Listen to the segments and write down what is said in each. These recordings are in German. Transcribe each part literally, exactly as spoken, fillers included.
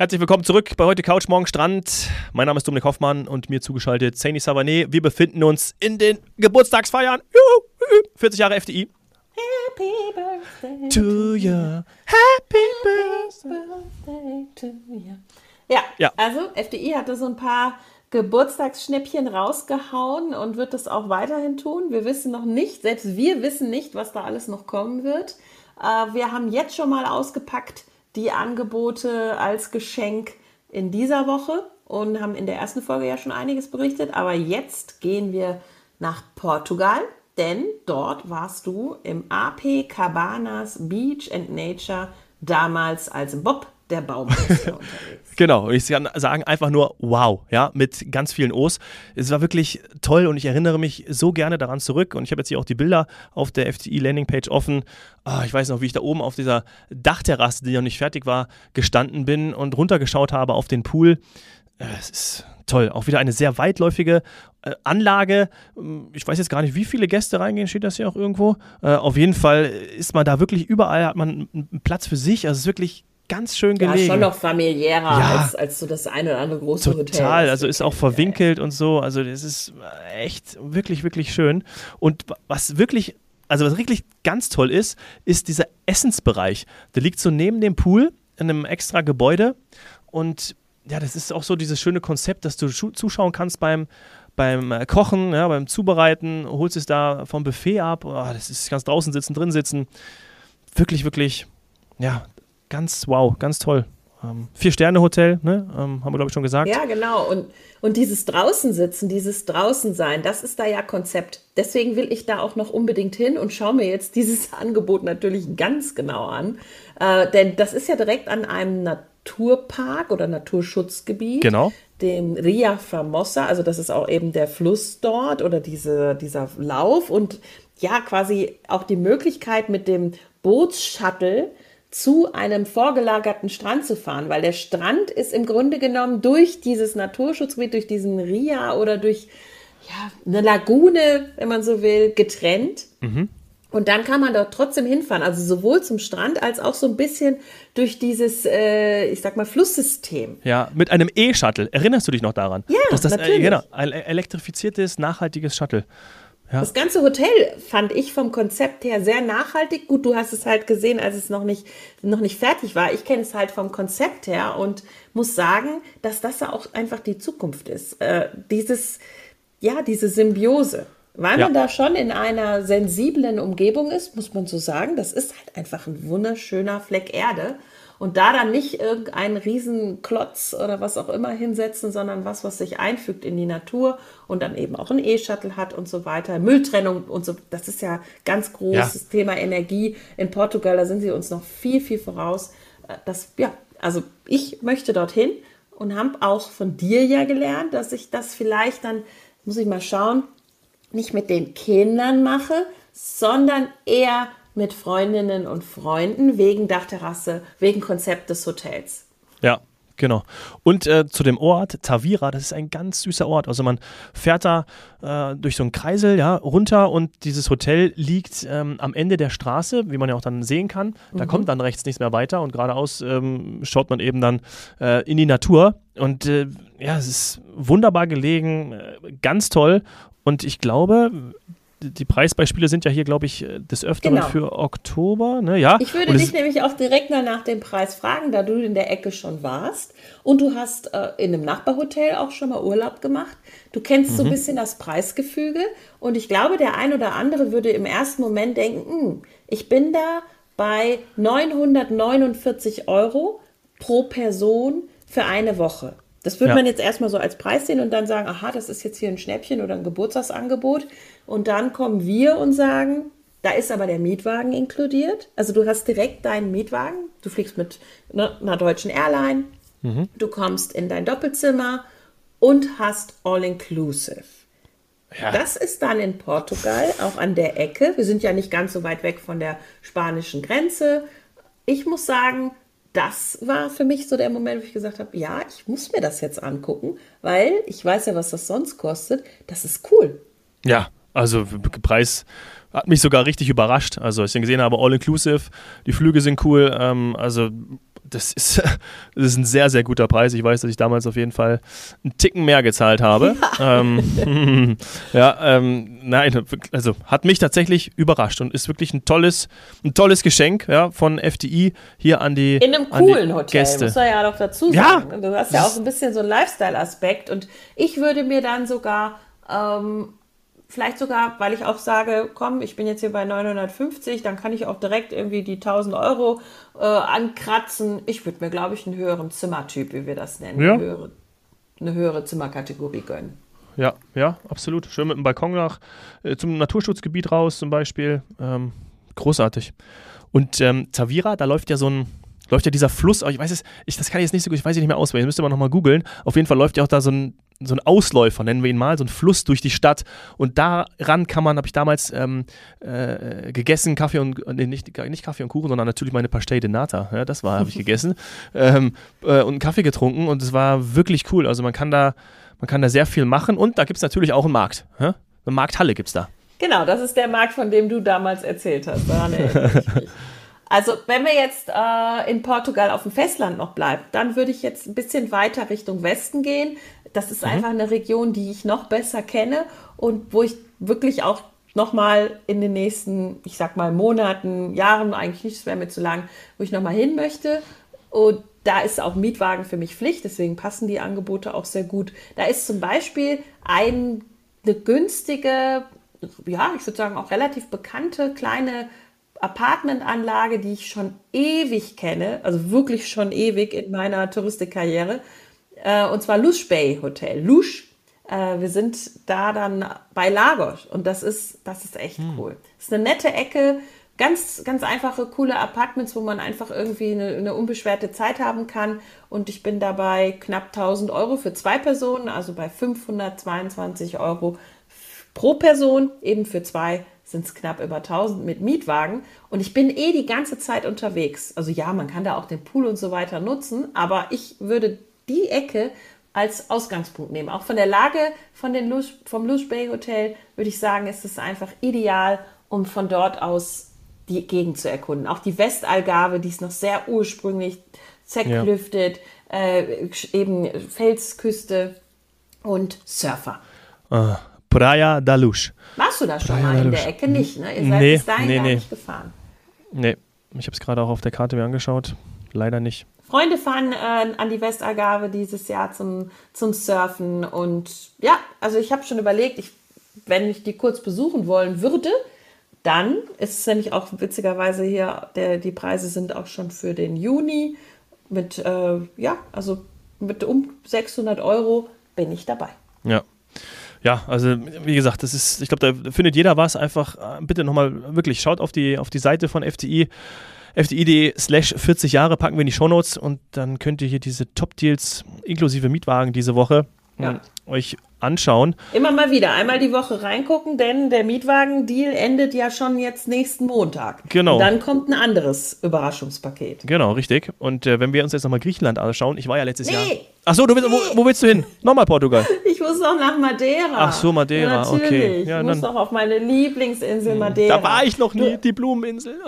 Herzlich willkommen zurück bei heute Couch, morgen Strand. Mein Name ist Dominik Hoffmann und mir zugeschaltet Saini Savané. Wir befinden uns in den Geburtstagsfeiern. vierzig Jahre F D I. Happy Birthday to you. Happy Birthday to you. Ja, Ja. also F D I hatte so ein paar Geburtstagsschnäppchen rausgehauen und wird das auch weiterhin tun. Wir wissen noch nicht, selbst wir wissen nicht, was da alles noch kommen wird. Äh, wir haben jetzt schon mal ausgepackt die Angebote als Geschenk in dieser Woche und haben in der ersten Folge ja schon einiges berichtet. Aber jetzt gehen wir nach Portugal, denn dort warst du im A P Cabanas Beach and Nature damals als Bob der Baumeister unterwegs. Genau, und ich kann sagen, einfach nur wow, ja, mit ganz vielen O's. Es war wirklich toll und ich erinnere mich so gerne daran zurück und ich habe jetzt hier auch die Bilder auf der F D I-Landingpage offen. Oh, ich weiß noch, wie ich da oben auf dieser Dachterrasse, die noch nicht fertig war, gestanden bin und runtergeschaut habe auf den Pool. Es ist toll, auch wieder eine sehr weitläufige äh, Anlage. Ich weiß jetzt gar nicht, wie viele Gäste reingehen, steht das hier auch irgendwo. Äh, auf jeden Fall ist man da wirklich überall, hat man einen Platz für sich, also es ist wirklich ganz schön gelegen. Ja, schon noch familiärer ja, als, als so das eine oder andere große total, Hotel. Total, also ist auch verwinkelt und so, also das ist echt wirklich, wirklich schön. Und was wirklich, also was wirklich ganz toll ist, ist dieser Essensbereich. Der liegt so neben dem Pool in einem extra Gebäude und ja, das ist auch so dieses schöne Konzept, dass du zuschauen kannst beim beim Kochen, ja, beim Zubereiten, holst es da vom Buffet ab, oh, das ist ganz draußen sitzen, drin sitzen. Wirklich, wirklich, ja, ganz wow, ganz toll. Ähm, Vier-Sterne-Hotel, ne? ähm, haben wir, glaube ich, schon gesagt. Ja, genau. Und, und dieses Draußensitzen, dieses Draußensein, das ist da ja Konzept. Deswegen will ich da auch noch unbedingt hin und schaue mir jetzt dieses Angebot natürlich ganz genau an. Äh, denn das ist ja direkt an einem Naturpark oder Naturschutzgebiet. Genau. Dem Ria Famosa, also das ist auch eben der Fluss dort oder diese, dieser Lauf. Und ja, quasi auch die Möglichkeit mit dem Bootsshuttle zu einem vorgelagerten Strand zu fahren, weil der Strand ist im Grunde genommen durch dieses Naturschutzgebiet, durch diesen Ria oder durch ja, eine Lagune, wenn man so will, getrennt. Mhm. Und dann kann man dort trotzdem hinfahren, also sowohl zum Strand als auch so ein bisschen durch dieses, äh, ich sag mal, Flusssystem. Ja, mit einem E-Shuttle. Erinnerst du dich noch daran? Ja, dass das, natürlich. Äh, genau, ein elektrifiziertes, nachhaltiges Shuttle. Ja. Das ganze Hotel fand ich vom Konzept her sehr nachhaltig. Gut, du hast es halt gesehen, als es noch nicht, noch nicht fertig war. Ich kenne es halt vom Konzept her und muss sagen, dass das ja auch einfach die Zukunft ist. Äh, dieses, ja, diese Symbiose. Weil man ja. da schon in einer sensiblen Umgebung ist, muss man so sagen. Das ist halt einfach ein wunderschöner Fleck Erde. Und da dann nicht irgendeinen Riesenklotz oder was auch immer hinsetzen, sondern was, was sich einfügt in die Natur und dann eben auch ein E-Shuttle hat und so weiter. Mülltrennung und so, das ist ja ganz großes ja. Thema Energie. In Portugal, da sind sie uns noch viel, viel voraus. Das, ja, also ich möchte dorthin und habe auch von dir ja gelernt, dass ich das vielleicht dann, muss ich mal schauen, nicht mit den Kindern mache, sondern eher mit Freundinnen und Freunden wegen Dachterrasse, wegen Konzept des Hotels. Ja, genau. Und äh, zu dem Ort, Tavira, das ist ein ganz süßer Ort. Also man fährt da äh, durch so einen Kreisel ja, runter und dieses Hotel liegt ähm, am Ende der Straße, wie man ja auch dann sehen kann. Da mhm. kommt dann rechts nichts mehr weiter und geradeaus ähm, schaut man eben dann äh, in die Natur. Und äh, ja, es ist wunderbar gelegen, äh, ganz toll. Und ich glaube, die Preisbeispiele sind ja hier, glaube ich, des Öfteren genau. für Oktober. Ne? Ja. Ich würde dich nämlich auch direkt mal nach dem Preis fragen, da du in der Ecke schon warst und du hast äh, in einem Nachbarhotel auch schon mal Urlaub gemacht. Du kennst mhm. so ein bisschen das Preisgefüge und ich glaube, der ein oder andere würde im ersten Moment denken, ich bin da bei neunhundertneunundvierzig Euro pro Person für eine Woche. Das würde ja. man jetzt erstmal so als Preis sehen und dann sagen, aha, das ist jetzt hier ein Schnäppchen oder ein Geburtstagsangebot. Und dann kommen wir und sagen, da ist aber der Mietwagen inkludiert. Also du hast direkt deinen Mietwagen. Du fliegst mit einer deutschen Airline. Mhm. Du kommst in dein Doppelzimmer und hast All-Inclusive. Ja. Das ist dann in Portugal, auch an der Ecke. Wir sind ja nicht ganz so weit weg von der spanischen Grenze. Ich muss sagen, das war für mich so der Moment, wo ich gesagt habe, ja, ich muss mir das jetzt angucken, weil ich weiß ja, was das sonst kostet. Das ist cool. Ja, also Preis hat mich sogar richtig überrascht. Also als ich den gesehen habe, All-Inclusive, die Flüge sind cool. Ähm, also das ist, das ist ein sehr, sehr guter Preis. Ich weiß, dass ich damals auf jeden Fall einen Ticken mehr gezahlt habe. Ja, ähm, ja ähm, nein, also hat mich tatsächlich überrascht und ist wirklich ein tolles, ein tolles Geschenk, ja, von F D I hier an die In einem coolen Hotel, Gäste. muss man ja noch dazu sagen. Ja, du hast ja auch so ein bisschen so einen Lifestyle-Aspekt und ich würde mir dann sogar ähm, vielleicht sogar, weil ich auch sage, komm, ich bin jetzt hier bei neunhundertfünfzig, dann kann ich auch direkt irgendwie die tausend Euro äh, ankratzen. Ich würde mir, glaube ich, einen höheren Zimmertyp, wie wir das nennen, ja. eine, höhere, eine höhere Zimmerkategorie gönnen. Ja, ja, absolut. Schön mit dem Balkon nach äh, zum Naturschutzgebiet raus zum Beispiel. Ähm, großartig. Und ähm, Tavira, da läuft ja so ein läuft ja dieser Fluss, ich weiß es, ich, das kann ich jetzt nicht so gut, ich weiß nicht mehr auswendig, das müsste man nochmal googeln. Auf jeden Fall läuft ja auch da so ein, so ein Ausläufer, nennen wir ihn mal, so ein Fluss durch die Stadt. Und daran kann man, habe ich damals ähm, äh, gegessen, Kaffee und, nee, nicht, nicht Kaffee und Kuchen, sondern natürlich meine Pastel de Nata, ja, das war, habe ich gegessen. ähm, äh, und einen Kaffee getrunken und es war wirklich cool. Also man kann da, man kann da sehr viel machen und da gibt es natürlich auch einen Markt. Ja? Eine Markthalle gibt es da. Genau, das ist der Markt, von dem du damals erzählt hast. Daran erinnere ich mich. Also wenn wir jetzt äh, in Portugal auf dem Festland noch bleiben, dann würde ich jetzt ein bisschen weiter Richtung Westen gehen. Das ist mhm. einfach eine Region, die ich noch besser kenne und wo ich wirklich auch nochmal in den nächsten, ich sag mal Monaten, Jahren, eigentlich nicht, das wäre mir zu lang, wo ich nochmal hin möchte. Und da ist auch Mietwagen für mich Pflicht, deswegen passen die Angebote auch sehr gut. Da ist zum Beispiel ein, eine günstige, ja, ich würde sagen auch relativ bekannte kleine Apartmentanlage, die ich schon ewig kenne, also wirklich schon ewig in meiner Touristikkarriere, äh, und zwar Luz Bay Hotel. Luz, äh, wir sind da dann bei Lagos und das ist, das ist echt hm. cool. Das ist eine nette Ecke, ganz, ganz einfache, coole Apartments, wo man einfach irgendwie eine, eine unbeschwerte Zeit haben kann und ich bin dabei knapp tausend Euro für zwei Personen, also bei fünfhundertzweiundzwanzig Euro pro Person, eben für zwei sind es knapp über tausend mit Mietwagen und ich bin eh die ganze Zeit unterwegs. Also ja, man kann da auch den Pool und so weiter nutzen, aber ich würde die Ecke als Ausgangspunkt nehmen. Auch von der Lage von den Luz, vom Luz Bay Hotel würde ich sagen, ist es einfach ideal, um von dort aus die Gegend zu erkunden. Auch die Westalgarve, die ist noch sehr ursprünglich zerklüftet, ja. äh, eben Felsküste und Surfer. Ah. Praia da Luz. Warst du da schon Praia mal in der Ecke? Nicht, ne? Ihr seid nee, bis dahin nee, gar nee. nicht gefahren. Nee, ich habe es gerade auch auf der Karte mir angeschaut. Leider nicht. Freunde fahren äh, an die Westalgarve dieses Jahr zum, zum Surfen und ja, also ich habe schon überlegt, ich, wenn ich die kurz besuchen wollen würde, dann ist es nämlich auch witzigerweise hier, der, die Preise sind auch schon für den Juni mit, äh, ja, also mit um sechshundert Euro bin ich dabei. Ja. Ja, also wie gesagt, das ist, ich glaube, da findet jeder was. Einfach bitte nochmal wirklich, schaut auf die, auf die Seite von F D I, f d i punkt d e slash vierzig Jahre, packen wir in die Shownotes und dann könnt ihr hier diese Top-Deals inklusive Mietwagen diese Woche ja. euch anschauen. Immer mal wieder, einmal die Woche reingucken, denn der Mietwagen-Deal endet ja schon jetzt nächsten Montag. Genau. Und dann kommt ein anderes Überraschungspaket. Genau, richtig. Und äh, wenn wir uns jetzt nochmal Griechenland anschauen, ich war ja letztes nee. Jahr... Achso, du willst, nee. wo, wo willst du hin? Nochmal Portugal. Ich muss noch nach Madeira. Ach so, Madeira, ja, natürlich. okay. Ich ja, muss noch auf meine Lieblingsinsel Madeira. Da war ich noch nie, die Blumeninsel.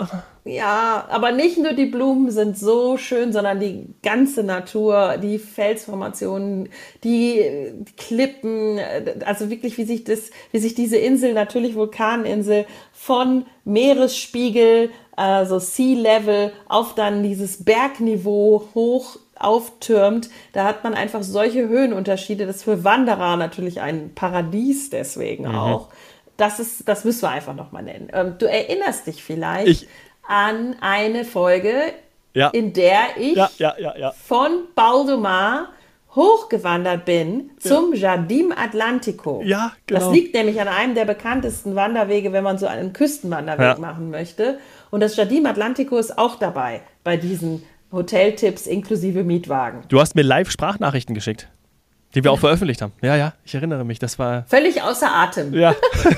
Ja, aber nicht nur die Blumen sind so schön, sondern die ganze Natur, die Felsformationen, die, die Klippen, also wirklich, wie sich das, wie sich diese Insel, natürlich Vulkaninsel, von Meeresspiegel, also Sea Level, auf dann dieses Bergniveau hoch auftürmt. Da hat man einfach solche Höhenunterschiede. Das ist für Wanderer natürlich ein Paradies deswegen mhm. auch. Das ist, das müssen wir einfach nochmal nennen. Ähm, du erinnerst dich vielleicht ich, an eine Folge, ja. in der ich ja, ja, ja, ja. von Baldomar hochgewandert bin zum ja. Jardim Atlântico. Ja, genau. Das liegt nämlich an einem der bekanntesten Wanderwege, wenn man so einen Küstenwanderweg ja. machen möchte. Und das Jardim Atlântico ist auch dabei bei diesen Hoteltipps inklusive Mietwagen. Du hast mir Live-Sprachnachrichten geschickt, die wir auch veröffentlicht haben. Ja, ja, ich erinnere mich. Das war... Völlig außer Atem. Ja.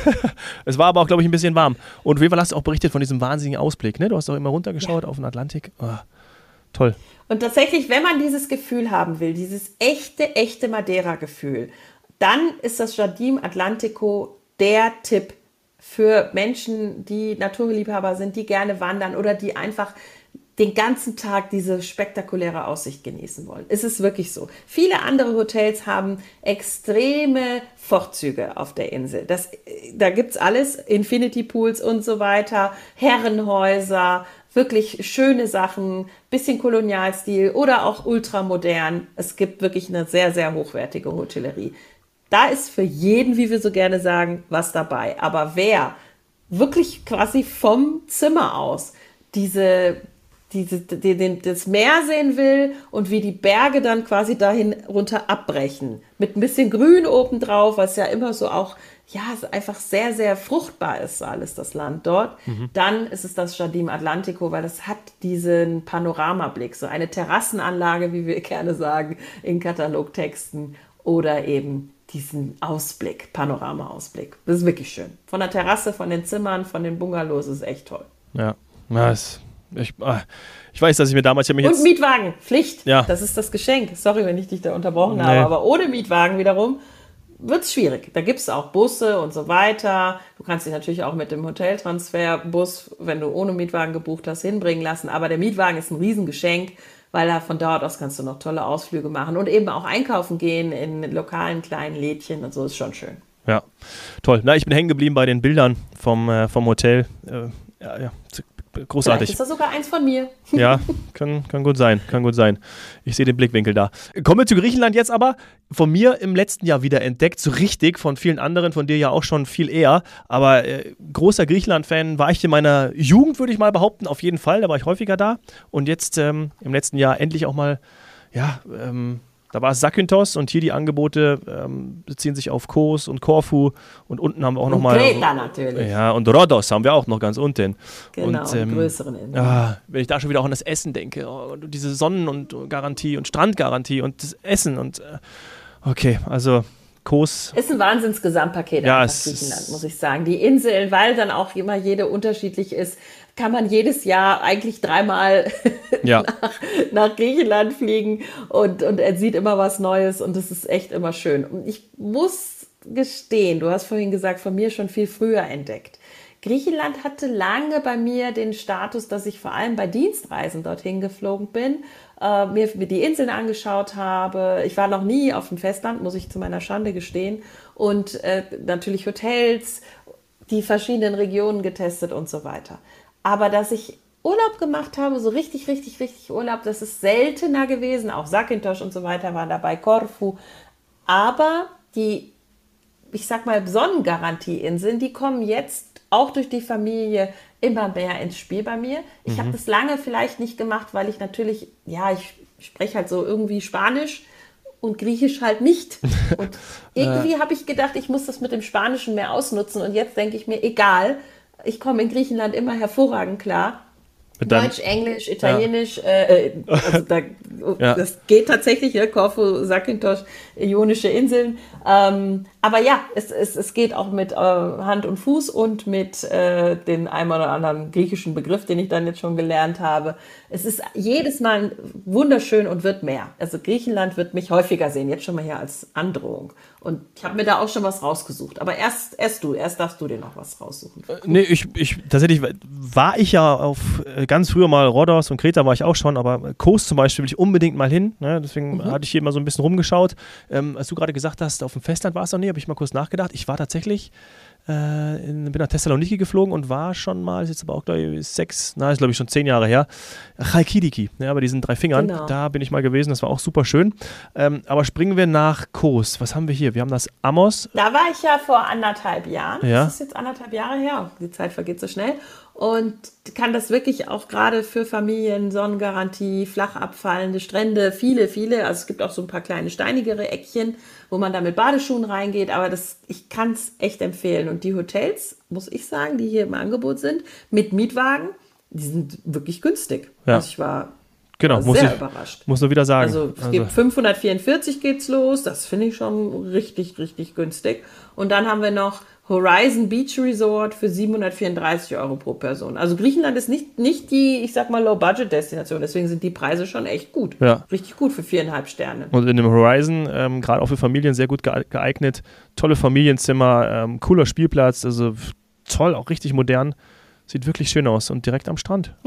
Es war aber auch, glaube ich, ein bisschen warm. Und auf jeden Fall hast du auch berichtet von diesem wahnsinnigen Ausblick. Ne? Du hast auch immer runtergeschaut ja. auf den Atlantik. Oh, toll. Und tatsächlich, wenn man dieses Gefühl haben will, dieses echte, echte Madeira-Gefühl, dann ist das Jardim Atlântico der Tipp für Menschen, die Naturliebhaber sind, die gerne wandern oder die einfach den ganzen Tag diese spektakuläre Aussicht genießen wollen. Es ist wirklich so. Viele andere Hotels haben extreme Vorzüge auf der Insel. Das, da gibt es alles, Infinity Pools und so weiter, Herrenhäuser, wirklich schöne Sachen, bisschen Kolonialstil oder auch ultramodern. Es gibt wirklich eine sehr, sehr hochwertige Hotellerie. Da ist für jeden, wie wir so gerne sagen, was dabei. Aber wer wirklich quasi vom Zimmer aus diese, diese, die, den, das Meer sehen will und wie die Berge dann quasi dahin runter abbrechen, mit ein bisschen Grün obendrauf, was ja immer so auch, ja, einfach sehr, sehr fruchtbar ist, alles das Land dort, mhm. dann ist es das Jardim Atlantico, weil das hat diesen Panoramablick, so eine Terrassenanlage, wie wir gerne sagen, in Katalogtexten oder eben diesen Ausblick, Panoramaausblick. Das ist wirklich schön. Von der Terrasse, von den Zimmern, von den Bungalows ist echt toll. Ja, ja es, ich, ich weiß, dass ich mir damals... Ich mich jetzt Und Mietwagen, Pflicht. Ja. Das ist das Geschenk. Sorry, wenn ich dich da unterbrochen Nee. habe, aber ohne Mietwagen wiederum wird es schwierig. Da gibt es auch Busse und so weiter. Du kannst dich natürlich auch mit dem Hoteltransferbus, wenn du ohne Mietwagen gebucht hast, hinbringen lassen. Aber der Mietwagen ist ein Riesengeschenk, weil da von dort aus kannst du noch tolle Ausflüge machen und eben auch einkaufen gehen in lokalen kleinen Lädchen und so, ist schon schön. Ja, toll. Na, ich bin hängen geblieben bei den Bildern vom, äh, vom Hotel. Äh, ja, ja, großartig. Vielleicht ist das sogar eins von mir. Ja, kann, kann gut sein, kann gut sein. Ich sehe den Blickwinkel da. Kommen wir zu Griechenland jetzt aber. Von mir im letzten Jahr wieder entdeckt, so richtig, von vielen anderen, von dir ja auch schon viel eher. Aber äh, großer Griechenland-Fan war ich in meiner Jugend, würde ich mal behaupten, auf jeden Fall. Da war ich häufiger da. Und jetzt ähm, im letzten Jahr endlich auch mal, ja, ähm, da war es Zakynthos und hier die Angebote ähm, beziehen sich auf Kos und Korfu und unten haben wir auch nochmal... Kreta natürlich. Ja, und Rhodos haben wir auch noch ganz unten. Genau, und, ähm, die größeren Inseln. Ah, wenn ich da schon wieder auch an das Essen denke, oh, und diese Sonnen- und Garantie und Strandgarantie und das Essen und äh, okay, also Kos... Ist ein Wahnsinns-Gesamtpaket Ja, einfach es Griechenland, ist- muss ich sagen. Die Inseln, weil dann auch immer jede unterschiedlich ist, kann man jedes Jahr eigentlich dreimal Ja. nach, nach Griechenland fliegen und, und er sieht immer was Neues und es ist echt immer schön. Und ich muss gestehen, du hast vorhin gesagt, von mir schon viel früher entdeckt. Griechenland hatte lange bei mir den Status, dass ich vor allem bei Dienstreisen dorthin geflogen bin, äh, mir, mir die Inseln angeschaut habe. Ich war noch nie auf dem Festland, muss ich zu meiner Schande gestehen. Und äh, natürlich Hotels, die verschiedenen Regionen getestet und so weiter. Aber dass ich Urlaub gemacht habe, so richtig, richtig, richtig Urlaub, das ist seltener gewesen. Auch Zakynthos und so weiter waren dabei, Korfu. Aber die, ich sag mal, Sonnengarantie-Inseln, die kommen jetzt auch durch die Familie immer mehr ins Spiel bei mir. Ich mhm. habe das lange vielleicht nicht gemacht, weil ich natürlich, ja, ich spreche halt so irgendwie Spanisch und Griechisch halt nicht. Und irgendwie habe ich gedacht, ich muss das mit dem Spanischen mehr ausnutzen. Und jetzt denke ich mir, egal, ich komme in Griechenland immer hervorragend klar. Dann, Deutsch, Englisch, Italienisch, ja. äh, also da, ja. Das geht tatsächlich, ja, Korfu, Zakynthos, Ionische Inseln. Ähm, aber ja, es, es, es geht auch mit äh, Hand und Fuß und mit äh, den einem oder anderen griechischen Begriff, den ich dann jetzt schon gelernt habe. Es ist jedes Mal wunderschön und wird mehr. Also Griechenland wird mich häufiger sehen, jetzt schon mal hier als Androhung. Und ich habe mir da auch schon was rausgesucht. Aber erst, erst du, erst darfst du dir noch was raussuchen. Äh, nee, ich, ich, tatsächlich war ich ja auf äh, ganz früher mal Rhodos und Kreta war ich auch schon, aber Kos zum Beispiel will ich unbedingt mal hin. Ne? Deswegen mhm. hatte ich hier mal so ein bisschen rumgeschaut. Ähm, als du gerade gesagt hast, auf dem Festland war es noch nie, habe ich mal kurz nachgedacht. Ich war tatsächlich, äh, in, bin nach Thessaloniki geflogen und war schon mal, ist jetzt aber auch, glaube ich, sechs, na, ist glaube ich schon zehn Jahre her, Chalkidiki, ja, bei diesen drei Fingern. Genau. Da bin ich mal gewesen, das war auch super schön. Ähm, aber springen wir nach Kos. Was haben wir hier? Wir haben das Amos. Da war ich ja vor anderthalb Jahren. Ja. Das ist jetzt anderthalb Jahre her. Die Zeit vergeht so schnell. Und kann das wirklich auch gerade für Familien, Sonnengarantie, flach abfallende Strände, viele, viele. Also es gibt auch so ein paar kleine steinigere Eckchen, wo man da mit Badeschuhen reingeht. Aber das, ich kann es echt empfehlen. Und die Hotels, muss ich sagen, die hier im Angebot sind, mit Mietwagen, die sind wirklich günstig. Ja. Also ich war Genau, war muss sehr ich, überrascht. Muss nur wieder sagen. Also es also. gibt fünfhundertvierundvierzig geht's los, das finde ich schon richtig, richtig günstig. Und dann haben wir noch Horizon Beach Resort für siebenhundertvierunddreißig Euro pro Person. Also Griechenland ist nicht, nicht die, ich sag mal, Low-Budget-Destination, deswegen sind die Preise schon echt gut. Ja. Richtig gut für viereinhalb Sterne. Und in dem Horizon, ähm, gerade auch für Familien, sehr gut geeignet. Tolle Familienzimmer, ähm, cooler Spielplatz, also toll, auch richtig modern. Sieht wirklich schön aus und direkt am Strand. Ja.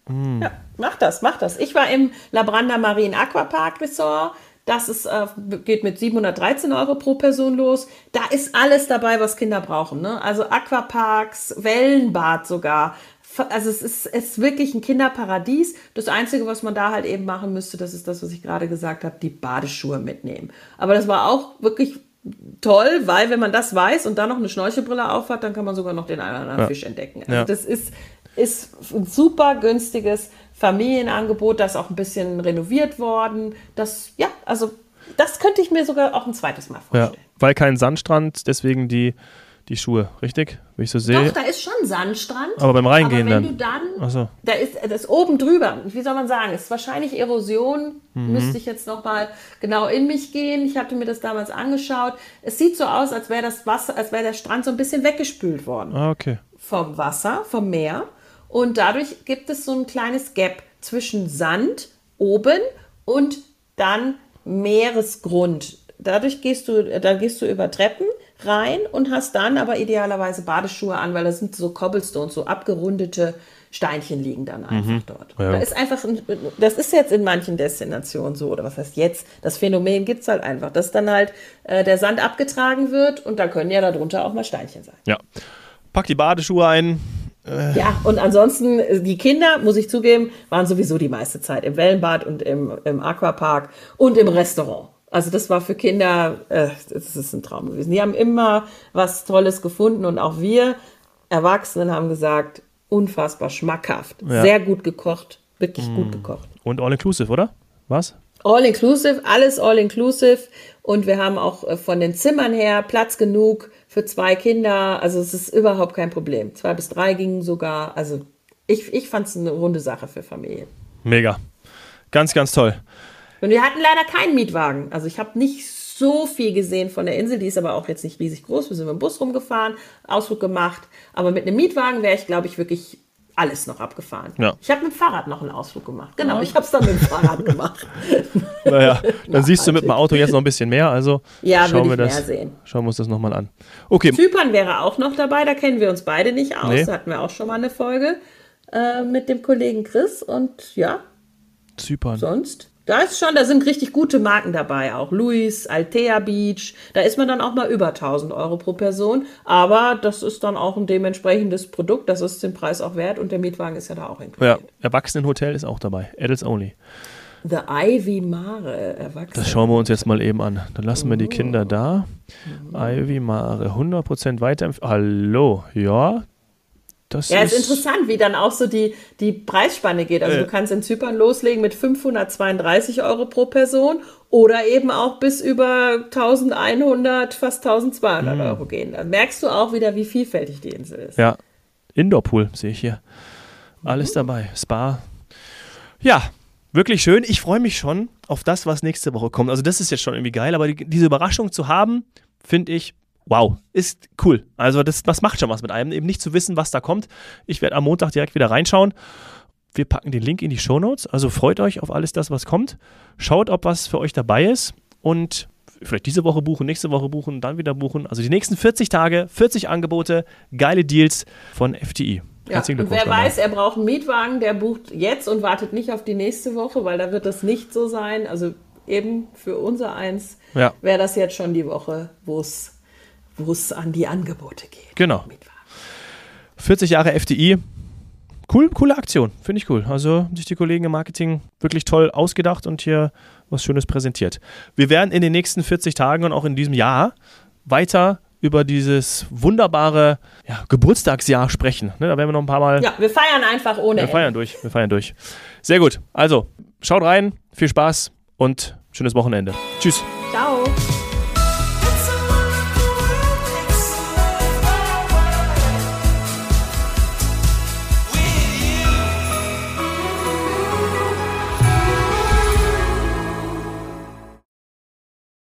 Mm. Ja, mach das, mach das. Ich war im Labranda Marine Aquapark Resort. Das ist, äh, geht mit siebenhundertdreizehn Euro pro Person los. Da ist alles dabei, was Kinder brauchen. Ne? Also Aquaparks, Wellenbad sogar. Also es ist, es ist wirklich ein Kinderparadies. Das Einzige, was man da halt eben machen müsste, das ist das, was ich gerade gesagt habe, die Badeschuhe mitnehmen. Aber das war auch wirklich toll, weil wenn man das weiß und dann noch eine Schnorchelbrille aufhat, dann kann man sogar noch den einen oder anderen ja. Fisch entdecken. Also ja. das ist, ist ein super günstiges Familienangebot, das ist auch ein bisschen renoviert worden. Das, ja, also das könnte ich mir sogar auch ein zweites Mal vorstellen. Ja, weil kein Sandstrand, deswegen die, die Schuhe, richtig? Wie ich so sehe. Doch, da ist schon Sandstrand. Aber beim Reingehen aber wenn dann? du dann, Ach so. da ist das oben drüber, wie soll man sagen, ist wahrscheinlich Erosion, mhm. müsste ich jetzt noch mal genau in mich gehen. Ich hatte mir das damals angeschaut. Es sieht so aus, als wäre das Wasser, als wäre der Strand so ein bisschen weggespült worden. Ah, okay. Vom Wasser, vom Meer. Und dadurch gibt es so ein kleines Gap zwischen Sand oben und dann Meeresgrund. Dadurch gehst du, da gehst du über Treppen rein und hast dann aber idealerweise Badeschuhe an, weil das sind so Cobblestones, so abgerundete Steinchen liegen dann einfach mhm. dort. Ja. Da ist einfach, ein, das ist jetzt in manchen Destinationen so, oder was heißt jetzt, das Phänomen gibt es halt einfach, dass dann halt äh, der Sand abgetragen wird und da können ja darunter auch mal Steinchen sein. Ja, pack die Badeschuhe ein. Äh. Ja, und ansonsten, die Kinder, muss ich zugeben, waren sowieso die meiste Zeit im Wellenbad und im, im Aquapark und im Restaurant. Also das war für Kinder, äh, das ist ein Traum gewesen. Die haben immer was Tolles gefunden und auch wir Erwachsenen haben gesagt, unfassbar schmackhaft, ja. sehr gut gekocht, wirklich mm. gut gekocht. Und all-inclusive, oder? Was? All-inclusive, alles all-inclusive und wir haben auch von den Zimmern her Platz genug für zwei Kinder, also es ist überhaupt kein Problem. Zwei bis drei gingen sogar, also ich, ich fand es eine runde Sache für Familien. Mega, ganz, ganz toll. Und wir hatten leider keinen Mietwagen, also ich habe nicht so viel gesehen von der Insel, die ist aber auch jetzt nicht riesig groß, wir sind mit dem Bus rumgefahren, Ausflug gemacht, aber mit einem Mietwagen wäre ich, glaube ich, wirklich alles noch abgefahren. Ja. Ich habe mit dem Fahrrad noch einen Ausflug gemacht. Genau, ja. ich habe es dann mit dem Fahrrad gemacht. Naja, dann siehst du mit dem Auto jetzt noch ein bisschen mehr. Also ja, schauen wir, mehr das, sehen. schauen wir uns das nochmal an. Okay. Zypern wäre auch noch dabei, da kennen wir uns beide nicht aus. Nee. Da hatten wir auch schon mal eine Folge äh, mit dem Kollegen Chris. Und ja, Zypern. Sonst? Da ist schon, da sind richtig gute Marken dabei, auch Luis, Altea Beach, da ist man dann auch mal über tausend Euro pro Person, aber das ist dann auch ein dementsprechendes Produkt, das ist den Preis auch wert und der Mietwagen ist ja da auch inkludiert. Ja, Erwachsenenhotel ist auch dabei, Adults Only. The Ivy Mare, Erwachsenen. Das schauen wir uns jetzt mal eben an. Dann lassen wir die Kinder da. Mhm. Ivy Mare, hundert Prozent weiterempfehlen. Hallo, ja. Das ja, ist ist interessant, wie dann auch so die, die Preisspanne geht. Also äh. du kannst in Zypern loslegen mit fünfhundertzweiunddreißig Euro pro Person oder eben auch bis über eintausendeinhundert, fast eintausendzweihundert mhm. Euro gehen. Da merkst du auch wieder, wie vielfältig die Insel ist. Ja, Indoor-Pool sehe ich hier. Alles mhm. dabei, Spa. Ja, wirklich schön. Ich freue mich schon auf das, was nächste Woche kommt. Also das ist jetzt schon irgendwie geil, aber die, diese Überraschung zu haben, finde ich, wow, ist cool. Also das, das macht schon was mit einem, eben nicht zu wissen, was da kommt. Ich werde am Montag direkt wieder reinschauen. Wir packen den Link in die Shownotes. Also freut euch auf alles das, was kommt. Schaut, ob was für euch dabei ist und vielleicht diese Woche buchen, nächste Woche buchen, dann wieder buchen. Also die nächsten vierzig Tage, vierzig Angebote, geile Deals von F T I. Ja, und wer weiß, er braucht einen Mietwagen, der bucht jetzt und wartet nicht auf die nächste Woche, weil da wird das nicht so sein. Also eben für unser Eins ja. wäre das jetzt schon die Woche, wo es wo es an die Angebote geht. Genau. vierzig Jahre F T I. Cool, coole Aktion. Finde ich cool. Also haben sich die Kollegen im Marketing wirklich toll ausgedacht und hier was Schönes präsentiert. Wir werden in den nächsten vierzig Tagen und auch in diesem Jahr weiter über dieses wunderbare ja, Geburtstagsjahr sprechen. Ne, da werden wir noch ein paar Mal... Ja, wir feiern einfach ohne Wir feiern durch, wir feiern durch. Sehr gut. Also, schaut rein, viel Spaß und schönes Wochenende. Tschüss. Ciao.